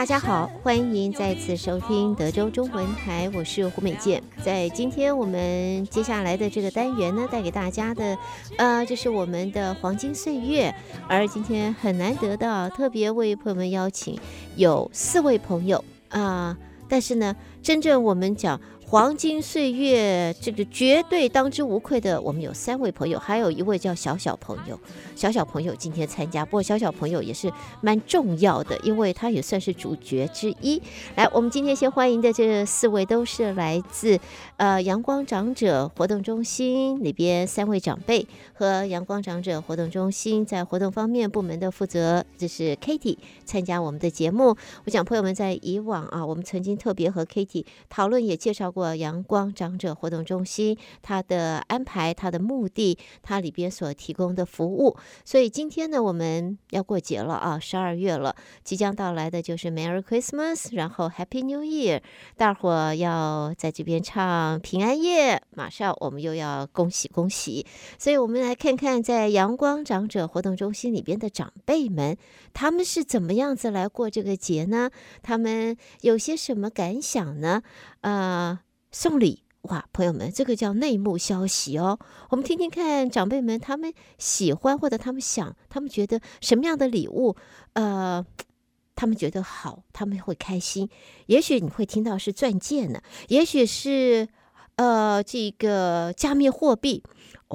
大家好，欢迎再次收听德州中文台，我是胡美健。在今天我们接下来的这个单元呢，带给大家的这是我们的黄金岁月，而今天很难得到特别为朋友们邀请有4位朋友但是呢，真正我们讲黄金岁月这个绝对当之无愧的，我们有3位朋友，还有一位叫小朋友。小朋友今天参加，不过小朋友也是蛮重要的，因为他也算是主角之一。来，我们今天先欢迎的这4位都是来自阳光长者活动中心里边3位长辈和阳光长者活动中心在活动方面部门的负责，这是 Katie 参加我们的节目。我想朋友们在以往我们曾经特别和 Katie 讨论，也介绍过阳光长者活动中心它的安排、它的目的、它里边所提供的服务。所以今天呢，我们要过节了12月了，即将到来的就是 Merry Christmas， 然后 Happy New Year， 大伙要在这边唱平安夜，马上我们又要恭喜恭喜。所以我们来看看在阳光长者活动中心里边的长辈们，他们是怎么样子来过这个节呢？他们有些什么感想呢？送礼，哇，朋友们，这个叫内幕消息哦。我们听听看长辈们他们喜欢或者他们觉得什么样的礼物他们觉得好，他们会开心。也许你会听到是钻戒呢，也许是这个加密货币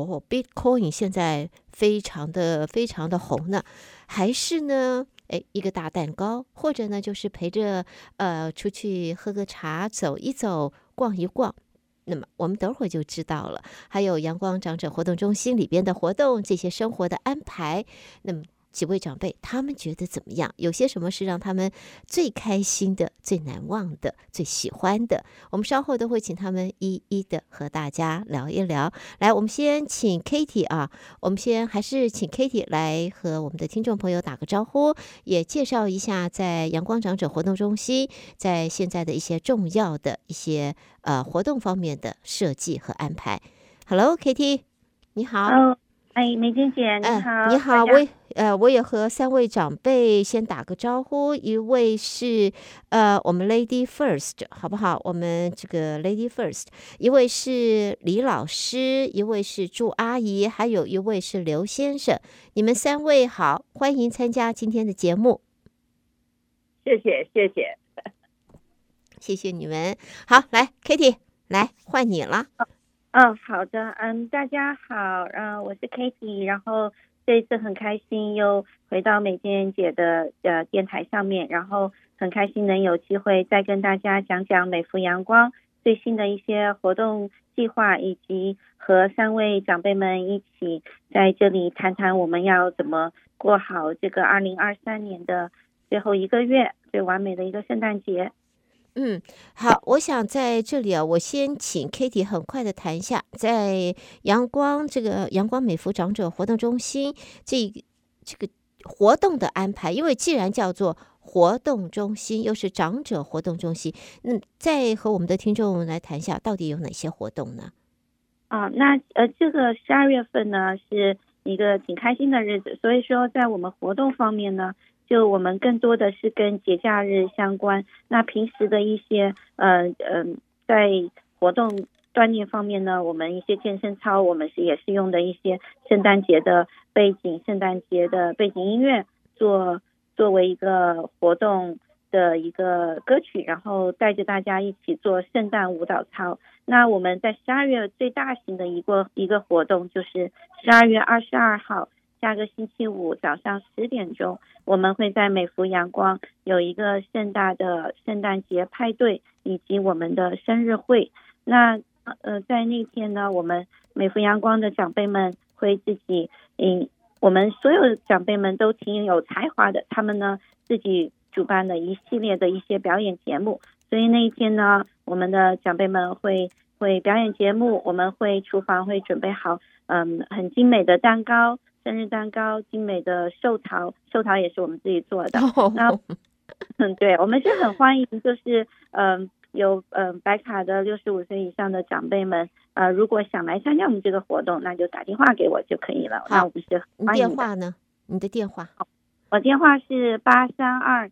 Bitcoin 现在非常的红呢，还是呢一个大蛋糕，或者呢就是陪着出去喝个茶，走一走，逛一逛。那么我们等会儿就知道了。还有阳光长者活动中心里边的活动，这些生活的安排，那么几位长辈他们觉得怎么样？有些什么是让他们最开心的、最难忘的、最喜欢的？我们稍后都会请他们一一的和大家聊一聊。来，我们先请 Katie 我们还是请 Katie 来和我们的听众朋友打个招呼，也介绍一下在阳光长者活动中心在现在的一些重要的一些活动方面的设计和安排。Hello Katie， 你好。 美娟姐你好。 你好，我也和3位长辈先打个招呼。一位是我们 Lady First， 好不好？我们这个 Lady First， 一位是李老师，一位是祝阿姨，还有一位是刘先生。你们3位好，欢迎参加今天的节目。 谢谢谢谢你们。好，来 Katie， 来换你了。 好的，大家好，我是 Katie， 然后这一次很开心又回到美健姐的电台上面，然后很开心能有机会再跟大家讲讲美孚阳光最新的一些活动计划，以及和3位长辈们一起在这里谈谈我们要怎么过好这个2023年的最后1个月，最完美的一个圣诞节。 好，我想在这里我先请 Katie 很快的谈一下，在阳光美孚长者活动中心这个活动的安排，因为既然叫做活动中心，又是长者活动中心，再和我们的听众来谈一下，到底有哪些活动呢？ 那这个12月份呢是一个挺开心的日子，所以说在我们活动方面呢，就我们更多的是跟节假日相关。那平时的一些在活动锻炼方面呢，我们一些健身操，我们也是用的一些圣诞节的背景音乐作为一个活动的一个歌曲，然后带着大家一起做圣诞舞蹈操。那我们在12月最大型的一个活动就是12月22号下个星期五早上10点钟，我们会在美孚阳光有一个盛大的圣诞节派对以及我们的生日会。那在那天呢，我们美孚阳光的长辈们会自己我们所有的长辈们都挺有才华的，他们呢自己主办了一系列的一些表演节目，所以那一天呢，我们的长辈们会表演节目，我们厨房会准备好很精美的蛋糕，生日蛋糕，精美的寿桃也是我们自己做的。那对，我们是很欢迎就是有白卡的65岁以上的长辈们，如果想来参加我们这个活动，那就打电话给我就可以了。那我们是欢迎的。 你电话呢？你的电话？ 我电话是832-988-6666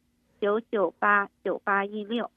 8329989816。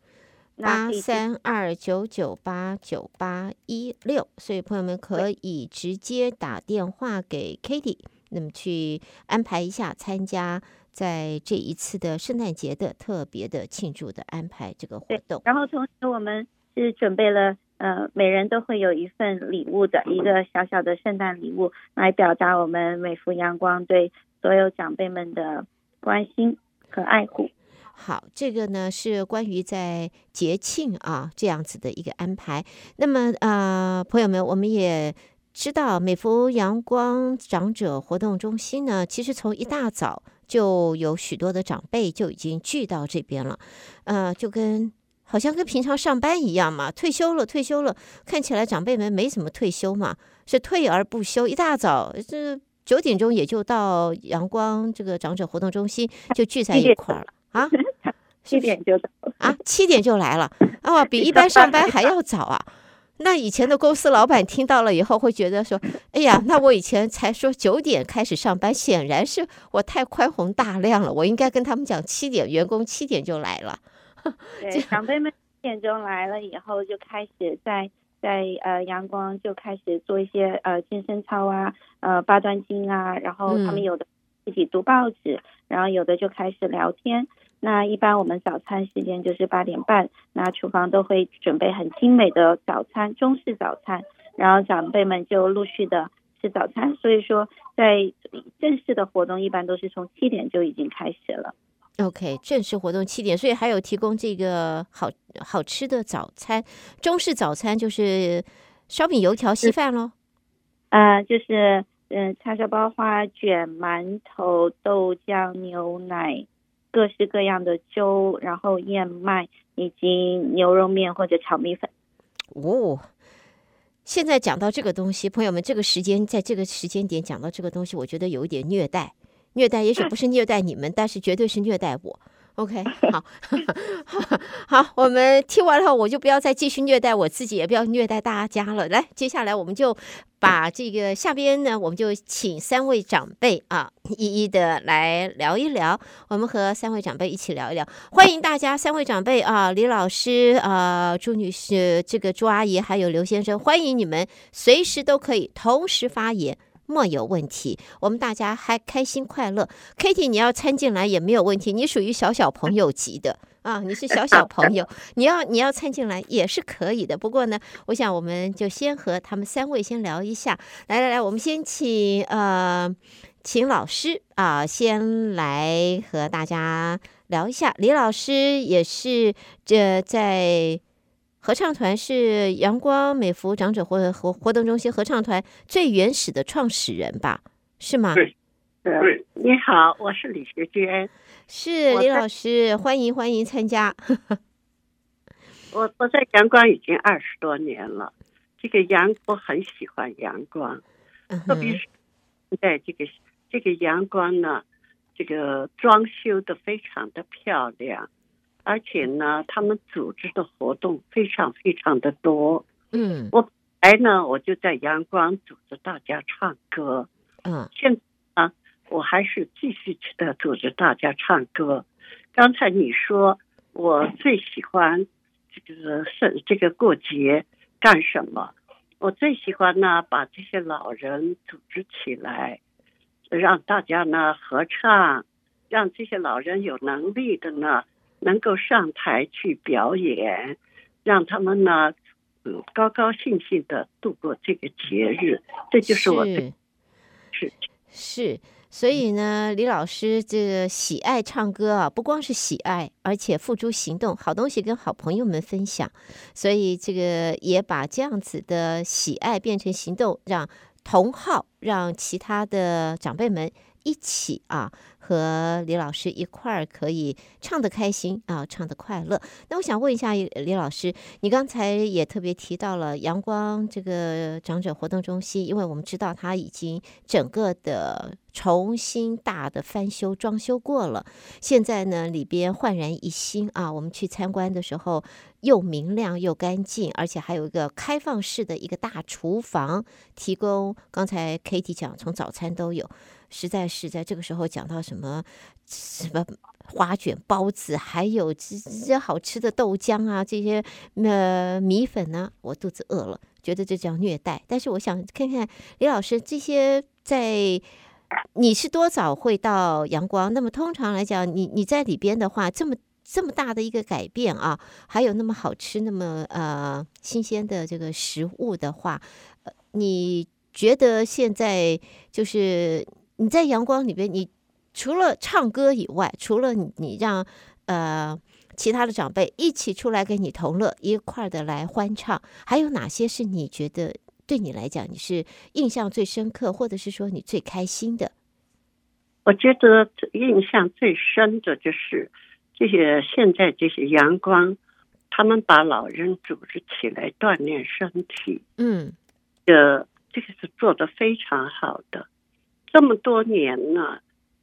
8329989816，所以朋友们可以直接打电话给 Katie， 那么去安排一下参加在这一次的圣诞节的特别的庆祝的安排这个活动。 然后同时我们是准备了每人都会有一份礼物的一个小小的圣诞礼物，来表达我们美孚阳光对所有长辈们的关心和爱护。 好，这个呢是关于在节庆啊这样子的一个安排。那么朋友们，我们也知道美孚阳光长者活动中心呢，其实从一大早就有许多的长辈就已经聚到这边了，就好像跟平常上班一样嘛，退休了，看起来长辈们没怎么退休嘛，是退而不休，一大早这9点钟也就到阳光这个长者活动中心就聚在一块儿啊 ，7点就到了啊，7点就来了啊，比一般上班还要早啊。那以前的公司老板听到了以后会觉得说，哎呀，那我以前才说9点开始上班，显然是我太宽宏大量了，我应该跟他们讲7点，员工7点就来了。 对，长辈们7点钟来了以后，就开始在阳光就开始做一些健身操啊，八段锦啊，然后他们有的自己读报纸，然后有的就开始聊天。那一般我们早餐时间就是8点半，那厨房都会准备很精美的早餐，中式早餐，然后长辈们就陆续的吃早餐。所以说在正式的活动一般都是从7点就已经开始了。 OK， 正式活动7点，所以还有提供这个好吃的早餐。中式早餐就是烧饼、油条、稀饭咯。 就是叉烧包、花卷、馒头、豆浆、牛奶，各式各样的粥，然后燕麦以及牛肉面或者炒米粉。 哦，现在讲到这个东西，朋友们，这个时间在这个时间点讲到这个东西，我觉得有一点虐待，也许不是虐待你们，但是绝对是虐待我。OK， 好，好，我们听完了，我就不要再继续虐待我自己，也不要虐待大家了。来，接下来我们就把这个下边呢，我们就请3位长辈啊，一一的来聊一聊。我们和3位长辈一起聊一聊，欢迎大家，3位长辈啊，李老师朱女士，这个朱阿姨，还有刘先生，欢迎你们，随时都可以同时发言。没有问题，我们大家还开心快乐。Katie， 你要参进来也没有问题，你属于小朋友级的啊，你是小朋友，你要参进来也是可以的。不过呢，我想我们就先和他们3位先聊一下。来，我们先请老师先来和大家聊一下。李老师也是在合唱团是阳光美孚长者活动中心合唱团最原始的创始人吧？是吗？ 对。你好，我是李学娟。 是李老师，欢迎参加。 我在阳光已经20多年了，我很喜欢阳光，特别是在这个阳光呢，这个装修的非常的漂亮。而且呢，他们组织的活动非常的多。我本来呢，我就在阳光组织大家唱歌。现在呢，我还是继续的组织大家唱歌。刚才你说我最喜欢这个过节干什么？我最喜欢呢，把这些老人组织起来，让大家呢合唱，让这些老人有能力的呢。能够上台去表演，让他们呢，高兴的度过这个节日，这就是我的事情。 是，所以呢，李老师这个喜爱唱歌啊，不光是喜爱，而且付诸行动，好东西跟好朋友们分享，所以这个也把这样子的喜爱变成行动，让同好，让其他的长辈们一起和李老师一块儿可以唱得开心唱得快乐。那我想问一下李老师，你刚才也特别提到了阳光这个长者活动中心，因为我们知道它已经整个的重新大的翻修装修过了，现在呢里边焕然一新我们去参观的时候又明亮又干净，而且还有一个开放式的一个大厨房，提供刚才 Katie 讲从早餐都有。实在是在这个时候讲到什什么花卷、包子，还有这好吃的豆浆啊，这些米粉呢，我肚子饿了，觉得这叫虐待。但是我想看看李老师这些你是多早会到阳光？那么通常来讲，你在里边的话，这么大的一个改变啊，还有那么好吃、那么新鲜的这个食物的话，你觉得现在就是你在阳光里边，你除了唱歌以外，除了你让其他的长辈一起出来跟你同乐，一块的来欢唱，还有哪些是你觉得对你来讲你是印象最深刻，或者是说你最开心的？ 我觉得印象最深的就是现在这些阳光，他们把老人组织起来锻炼身体，这个是做得非常好的。这么多年呢，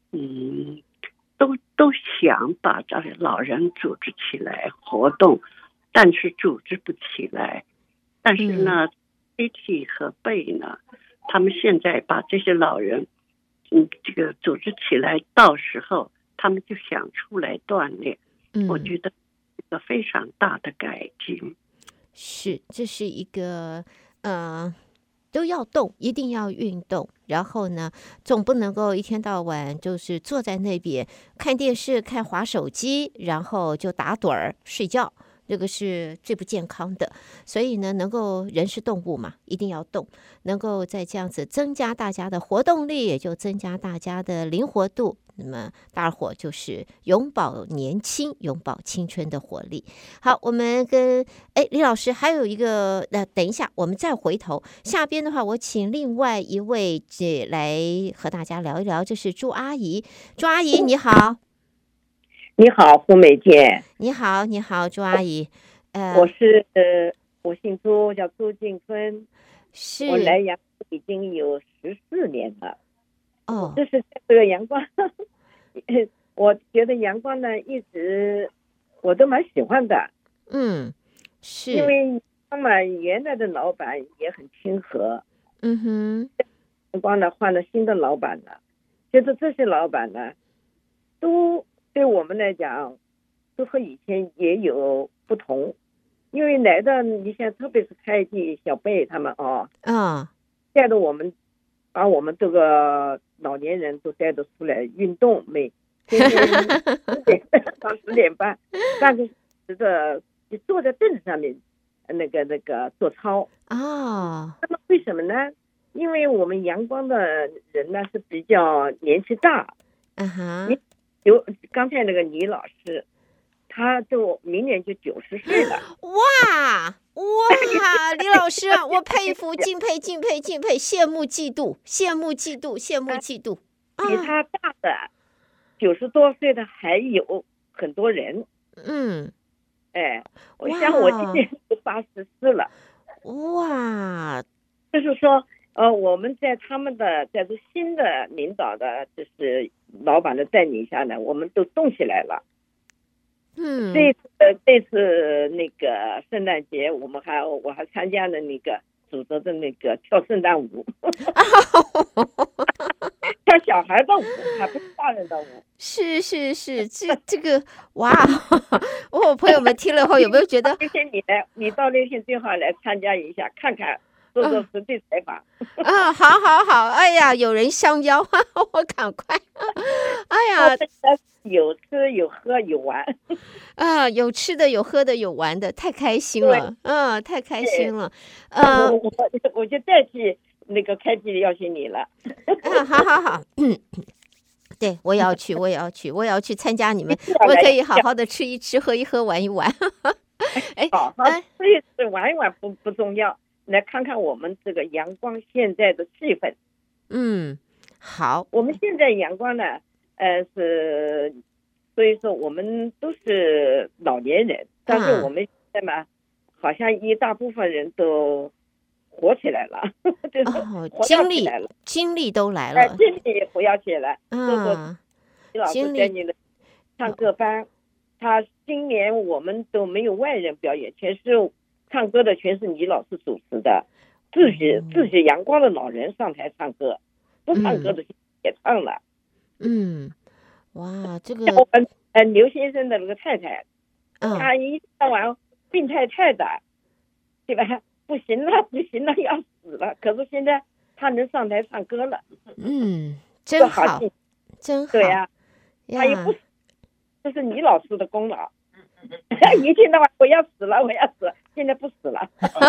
都想把这些老人组织起来活动，但是组织不起来。但是呢，AT 和贝呢，他们现在把这些老人，这个组织起来，到时候他们就想出来锻炼。我觉得一个非常大的改进。 是，这是一个都要动，一定要运动。然后呢，总不能够一天到晚就是坐在那边看电视、滑手机，然后就打盹儿睡觉。这个是最不健康的，所以呢，人是动物嘛，一定要动，能够在这样子增加大家的活动力，也就增加大家的灵活度。那么大伙就是永葆年轻，永葆青春的活力。好，我们跟李老师还有一个，等一下我们再回头。下边的话，我请另外一位来和大家聊一聊，这是朱阿姨。朱阿姨你好。 你好，胡美健。 你好，朱阿姨。 我姓朱，叫朱静春。 是。 我来阳光已经有14年了。 哦。 这是这个阳光，我觉得阳光呢，一直我都蛮喜欢的。 是。 因为原来的老板也很亲和。阳光呢换了新的老板了，觉得这些老板呢，都对我们来讲，都和以前也有不同。因为来的，你像特别是开季小贝他们带着我们，把我们这个老年人都带着出来运动，每天到10点半，3个小时的就坐在凳子上面，那个做操。那么为什么呢？因为我们阳光的人呢是比较年纪大。刚才那个倪老师，他就明年就90岁了。 哇，李老师啊，我佩服、敬佩、羡慕、嫉妒。 比他大的90多岁的还有很多人。我想我今年是84了。 哇， 就是说，我们在这新的领导的，就是老板的带领下呢，我们都动起来了。这次那个圣诞节，我还参加了那个组织的那个跳圣诞舞，跳小孩的舞，还不是大人的舞。 是，这个哇！我朋友们听了后有没有觉得？ 那天你到那天最好来参加一下，看看。做实地采访。 好，哎呀，有人相邀，我赶快。哎呀， 有吃有喝有玩。 有吃的有喝的有玩的，太开心了。太开心了。 我就代替那个开季邀请你了。 好。对，我也要去参加你们，我可以好好的吃一吃，喝一喝，玩一玩。 好，吃一吃玩一玩不重要。来看看我们这个阳光现在的气氛。 好。 我们现在阳光呢，所以说我们都是老年人，但是我们现在嘛，好像一大部分人都活起来了， 精力都来了， 精力也活跃起来。李老师带你的唱歌班，他今年我们都没有外人表演，全是唱歌的，全是倪老师主持的，自己阳光的老人上台唱歌，不唱歌的也唱了。 哇，这个我们刘先生的那个太太，他一到晚病态太大，对吧？不行了，要死了。可是现在他能上台唱歌了， 真好，真好。 对呀，他也不死，这是李老师的功劳。一天到晚我要死了，现在不死了。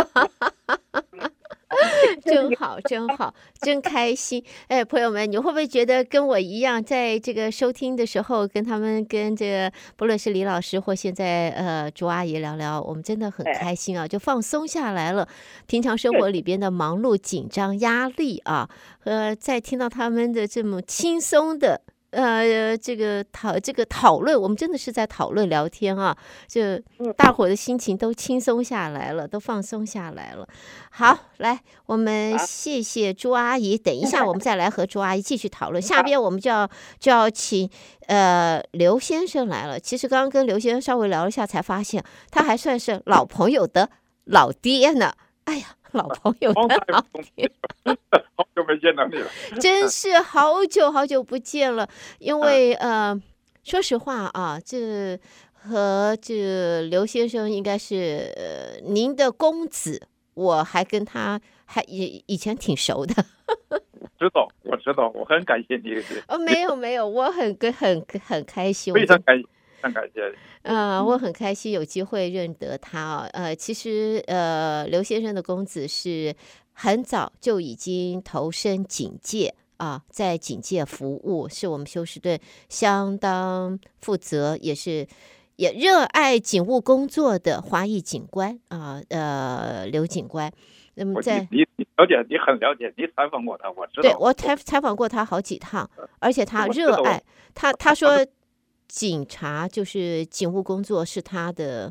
真好，真好，真开心！哎，朋友们，你会不会觉得跟我一样，在这个收听的时候，跟这个不论是李老师或现在朱阿姨聊聊，我们真的很开心啊，就放松下来了。平常生活里边的忙碌、紧张、压力啊，再听到他们的这么轻松的。这个讨论，我们真的是在讨论聊天啊，就大伙的心情都轻松下来了，都放松下来了。好，来，我们谢谢朱阿姨。等一下，我们再来和朱阿姨继续讨论。下边我们就要请刘先生来了。其实刚刚跟刘先生稍微聊了一下，才发现他还算是老朋友的老爹呢。哎呀，老朋友的老爹。 好久没见到你了， 真是好久不见了。因为说实话啊，这和这刘先生应该是您的公子，我还跟他以前挺熟的。 我知道，我很感谢你。 没有，我很开心， 非常感谢。很感谢。 我很开心有机会认得他啊。其实刘先生的公子是很早就已经投身警界啊，在警界服务，是我们休斯顿相当负责，也热爱警务工作的华裔警官啊，刘警官。那么你了解，你很了解，你采访过他，我知道。 对，我采访过他好几趟，而且他热爱他说。警察就是警务工作是他的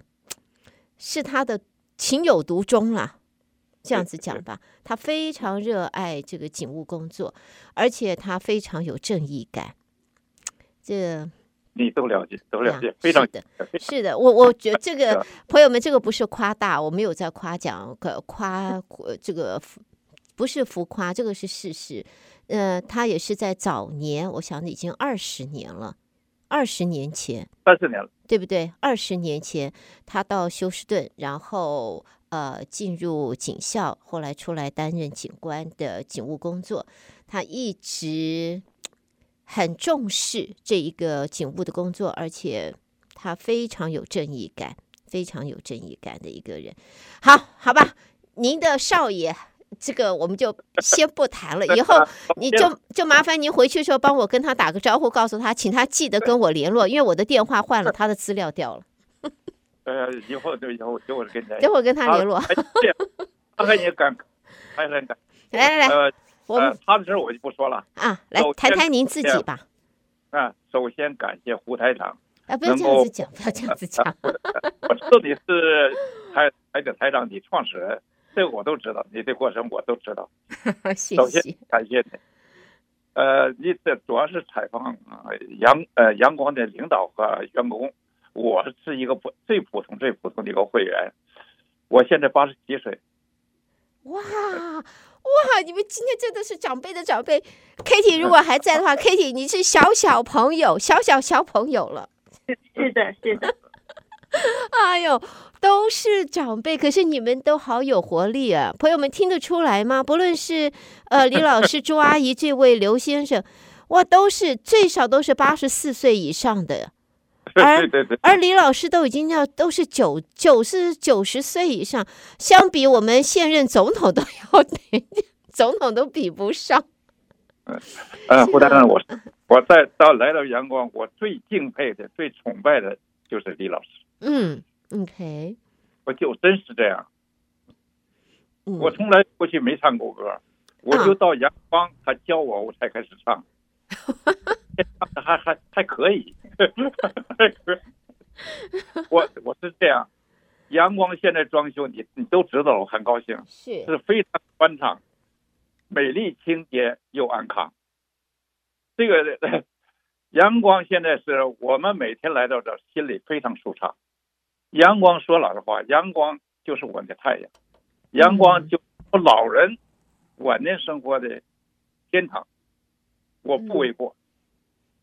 情有独钟啦，这样子讲吧。他非常热爱这个警务工作，而且他非常有正义感。这你都了解，非常是的。我觉得这个朋友们，这个不是夸大，我没有在夸奖这个不是浮夸，这个是事实。他也是在早年，我想已经20年了。20年前 ，30年了， 对不对？20年前，他到休斯顿，然后进入警校，后来出来担任警官的警务工作。他一直很重视这一个警务的工作，而且他非常有正义感的一个人。好吧，您的少爷。这个我们就先不谈了，以后你就麻烦您回去的时候帮我跟他打个招呼，告诉他，请他记得跟我联络，因为我的电话换了，他的资料掉了。 以后等会跟他联络。 他和你还很感。 来， 他的事我就不说了啊，来谈您自己吧。 首先感谢胡台长。 不要这样子讲，不要这样子讲。 我知道你是台长，你创始人。这个我都知道，你的过程我都知道。 谢谢。 首先感谢你。你这主要是采访阳光的领导和员工。我是一个最普通的一个会员。我现在87岁。 哇！你们今天真的是长辈的长辈。Kitty 如果还在的话，Kitty 你是小朋友了。 是的。 哎呦，都是长辈，可是你们都好有活力啊！朋友们听得出来吗？不论是李老师、朱阿姨这位刘先生，哇，最少都是84岁以上的，而李老师都已经都是90岁以上，相比我们现任总统都要总统都比不上。 胡大人，我来到阳光，我最敬佩的、最崇拜的就是李老师。 OK， 我就真是这样。我从来过去没唱过歌，我就到阳光，他教我才开始唱。还可以。我是这样。阳光现在装修，你都知道，我很高兴，是非常宽敞、美丽、清洁又安康。这个阳光现在是我们每天来到这，心里非常舒畅。阳光说老实话，阳光就是我的太阳，阳光就是老人晚年生活的天堂，我不为过。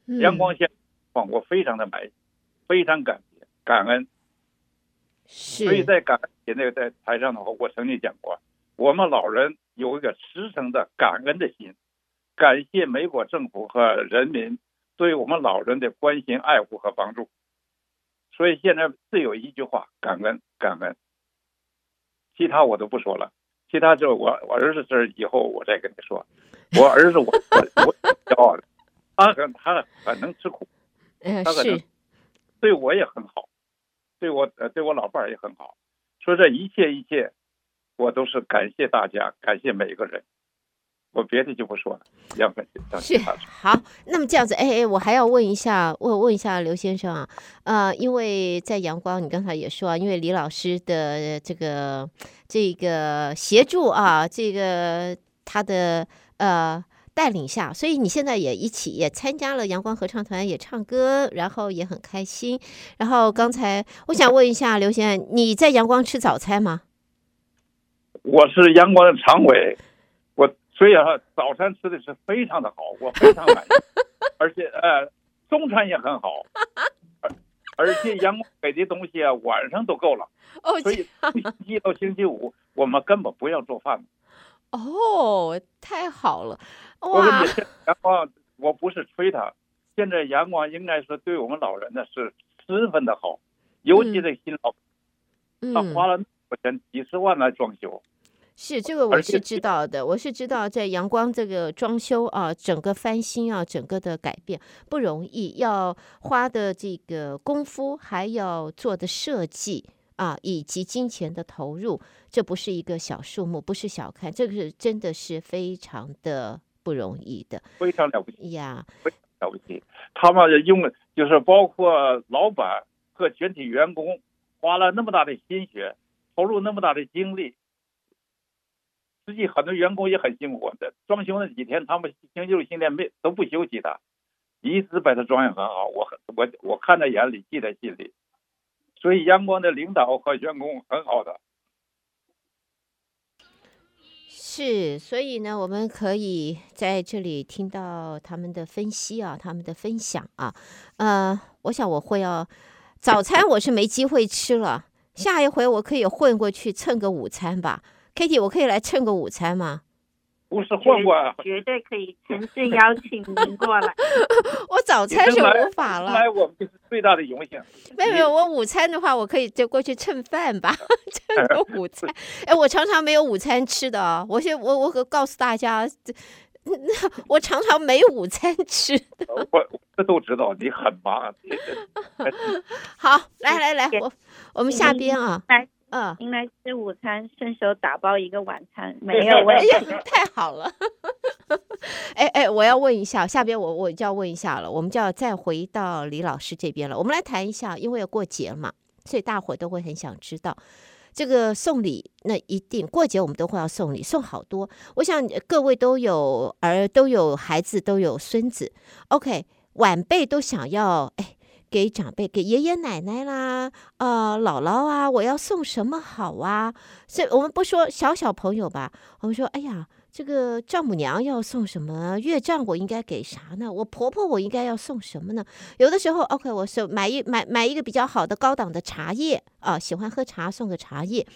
阳光县我非常的满意，非常感谢感恩。所以在感恩节那个在台上的话，我曾经讲过，我们老人有一个实诚的感恩的心，感谢美国政府和人民对我们老人的关心、爱护和帮助。所以现在只有一句话：感恩，感恩。其他我都不说了，其他就我儿子这以后我再跟你说。我儿子我骄傲的，他很能吃苦，他很能对我也很好，对我老伴儿也很好。说这一切，我都是感谢大家，感谢每一个人。我别的就不说了， 是好。那么这样子，我还要问一下刘先生啊，因为在阳光，你刚才也说啊，因为李老师的这个协助啊，这个他的带领下，所以你现在也参加了阳光合唱团，也唱歌，然后也很开心。然后刚才我想问一下刘先生，你在阳光吃早餐吗？ 我是阳光的常委。所以早餐吃的是非常的好，我非常满意，而且中餐也很好，而且阳光给的东西啊，晚上都够了。所以星期一到星期五我们根本不要做饭。 太好了！ 我跟你讲，阳光我不是吹它，现在阳光应该是对我们老人呢是十分的好，尤其这新老板，他花了那么多钱，几十万来装修。 是这个我是知道的，我是知道在阳光这个装修啊，整个翻新啊，整个的改变不容易，要花的这个功夫，还要做的设计啊，以及金钱的投入，这不是一个小数目，不是小看，这个是真的是非常的不容易的， 非常了不起呀， 非常了不起。他们就是包括老板和全体员工花了那么大的心血，投入那么大的精力。实际很多员工也很辛苦的，装修那几天他们星期六星期天都不休息的，一直把它装修很好，我看在眼里，记在心里。所以阳光的领导和员工很好的。 是，所以呢，我们可以在这里听到他们的分析啊，他们的分享啊。我想我会早餐我是没机会吃了，下一回我可以混过去蹭个午餐吧。Kitty， 我可以来蹭个午餐吗？ 不是混过， 绝对可以诚挚邀请您过来。 我早餐是无法了， 来我们就是最大的荣幸。 没有，我午餐的话，我可以就过去蹭饭吧，蹭个午餐。我常常没有午餐吃的哦。我告诉大家，我常常没有午餐吃的。 我都知道你很忙。 好，来，我们下边啊。 您来吃午餐，顺手打包一个晚餐，没有问题。 太好了。我要问一下，下边我就要问一下了，我们就要再回到李老师这边了。我们来谈一下，因为要过节嘛，所以大伙都会很想知道这个送礼。那一定过节我们都会要送礼，送好多。我想各位都有孩子，都有孙子。OK， 晚辈都想要给长辈，给爷爷奶奶啦，姥姥啊，我要送什么好啊？所以我们不说小朋友吧，我们说，哎呀，这个丈母娘要送什么？岳丈我应该给啥呢？我婆婆我应该要送什么呢？有的时候 ，OK， 我是买一个比较好的高档的茶叶啊，喜欢喝茶，送个茶叶。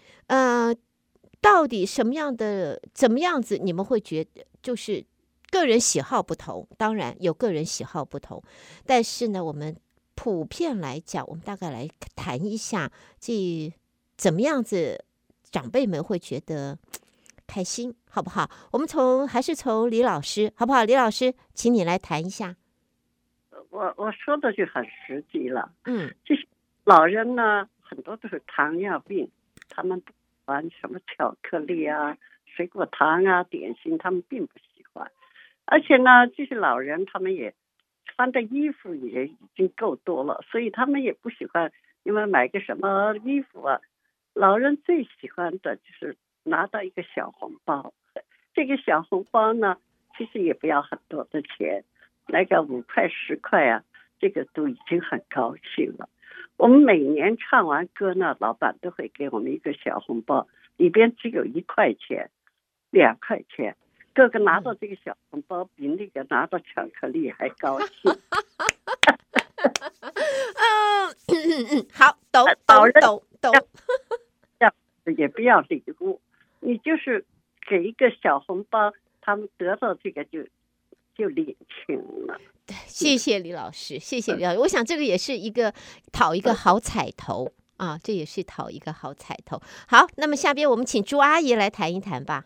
到底怎么样子，你们会觉得就是个人喜好不同，当然有个人喜好不同，但是呢，我们普遍来讲，我们大概来谈一下，这怎么样子长辈们会觉得开心，好不好？我们还是从李老师，好不好？李老师，请你来谈一下。 我说的就很实际了。就是老人呢，很多都是糖尿病，他们不喜欢什么巧克力啊、水果糖啊、点心，他们并不喜欢。而且呢，这些老人他们也穿的衣服也已经够多了，所以他们也不喜欢因为买个什么衣服啊。老人最喜欢的就是拿到一个小红包，这个小红包呢，其实也不要很多的钱，来个5块10块啊，这个都已经很高兴了。我们每年唱完歌呢，老板都会给我们一个小红包，里边只有1块钱、2块钱， 哥哥拿到这个小红包比那个拿到巧克力还高兴。 好，懂， 也不要礼物，你就是给一个小红包，他们得到这个就领情了。 对，谢谢李老师，谢谢李老师。我想这个也是讨一个好彩头啊，这也是讨一个好彩头。好，那么下边我们请朱阿姨来谈一谈吧。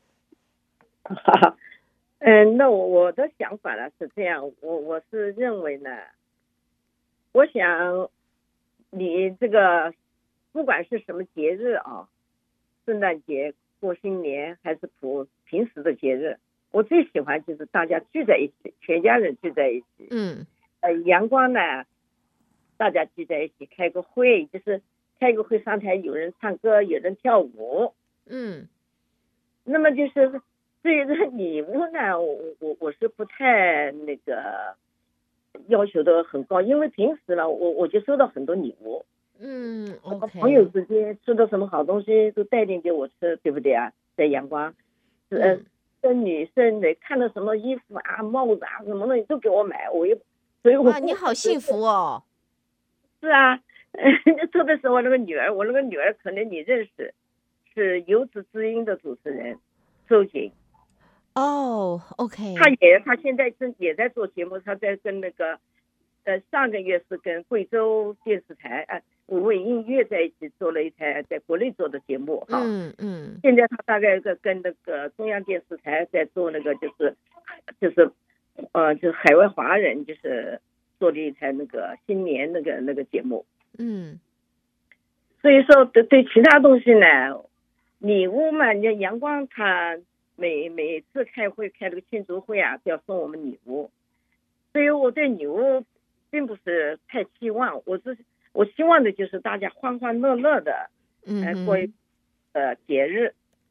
那我的想法呢是这样，我是认为呢，我想你这个不管是什么节日啊，圣诞节、过新年还是平时的节日，我最喜欢就是大家聚在一起，全家人聚在一起。阳光呢，大家聚在一起开个会，就是开个会上台有人唱歌，有人跳舞。那么就是至于这礼物呢，我是不太那个要求的很高，因为平时呢，我就收到很多礼物。 OK。 朋友之间吃的什么好东西都带点给我吃，对不对啊？在阳光，女生的看到什么衣服啊、帽子啊，什么东西都给我买，所以你好幸福哦。 是啊，特别是我那个女儿可能你认识，是《游子知音》的主持人周瑾。 OK。 他现在也在做节目，他在跟那个上个月是跟贵州电视台五味音乐在一起做了一台在国内做的节目哈。现在他大概跟那个中央电视台在做那个就是海外华人就是做了一台那个新年那个节目。所以说对其他东西呢，礼物嘛，你阳光他每次开会开这个庆祝会啊，都要送我们礼物，所以我对礼物并不是太期望，我希望的就是大家欢欢乐乐的过一个节日。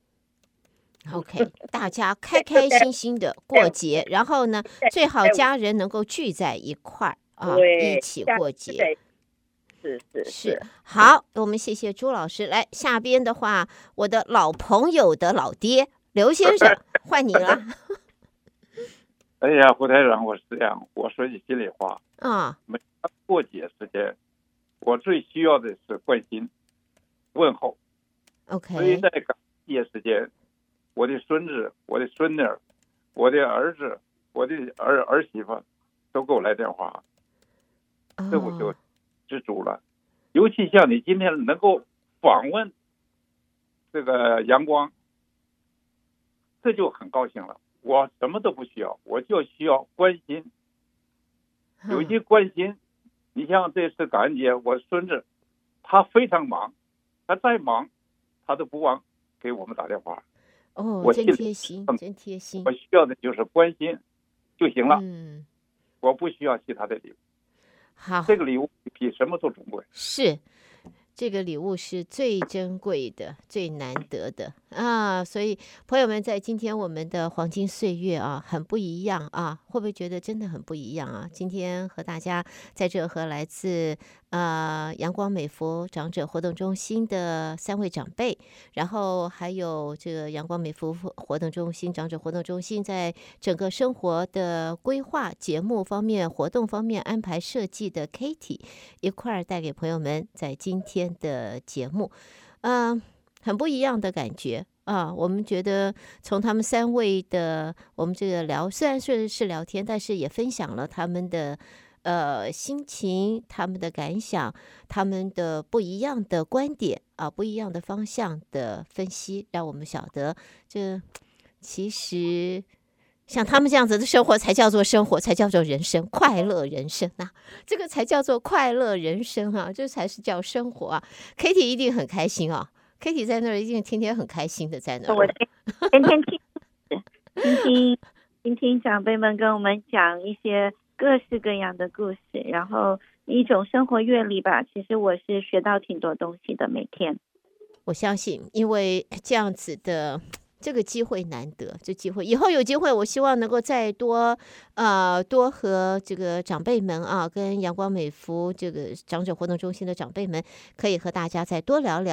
OK， 大家开开心心的过节，然后呢，最好家人能够聚在一块儿一起过节。是。好，我们谢谢朱老师。来，下边的话，我的老朋友的老爹刘先生，换你了。 哎呀，胡台长，我是这样，我说句心里话每当过节时间，我最需要的是关心、问候。 OK。 所以在感谢时间，我的孙子、我的孙女、我的儿子、我的儿媳妇都给我来电话，这我就知足了。尤其像你今天能够访问这个阳光，这就很高兴了。我什么都不需要，我就需要关心。有些关心，你像这次感恩节，我孙子他非常忙，他再忙他都不忘给我们打电话。 真贴心，真贴心。 我需要的就是关心就行了。我不需要其他的礼物。 好， 这个礼物比什么都珍贵。 是。这个礼物是最珍贵的、最难得的所以朋友们，在今天我们的黄金岁月很不一样会不会觉得真的很不一样今天和大家在这和来自阳光美孚长者活动中心的3位长辈，然后还有这个阳光美孚活动中心长者活动中心在整个生活的规划、节目方面、活动方面安排设计的 Katie 一块儿带给朋友们在今天的节目，很不一样的感觉我们觉得从他们3位的我们这个虽然是聊天，但是也分享了他们的心情、他们的感想、他们的不一样的观点不一样的方向的分析，让我们晓得这其实像他们这样子的生活才叫做生活，才叫做人生，快乐人生这个才叫做快乐人生这才是叫生活Katie 一定很开心Katie 在那儿一定天天很开心的在那儿。 我天天听长辈们跟我们讲一些各式各样的故事，然后一种生活阅历吧。其实我是学到挺多东西的，每天。 我相信，因为这样子的这个机会难得，这机会以后有机会，我希望能够再多和这个长辈们跟阳光美孚这个长者活动中心的长辈们，可以和大家再多聊聊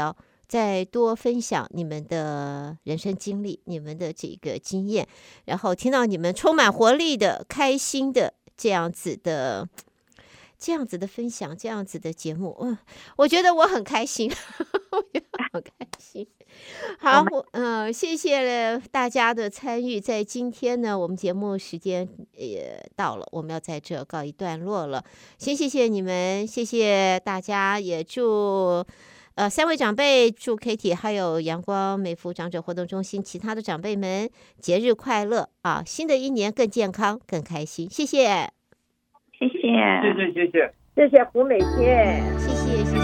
再多分享你们的人生经历，你们的这个经验，然后听到你们充满活力的、开心的这样子的分享，这样子的节目，我觉得我很开心，我觉得好开心。好，谢谢大家的参与。在今天呢，我们节目时间也到了，我们要在这告一段落了。先谢谢你们，谢谢大家，也祝3位长辈，祝 Kitty 还有阳光美孚长者活动中心其他的长辈们节日快乐啊！新的一年更健康、更开心。谢谢， 谢谢， 谢谢， 谢谢胡美健， 谢谢。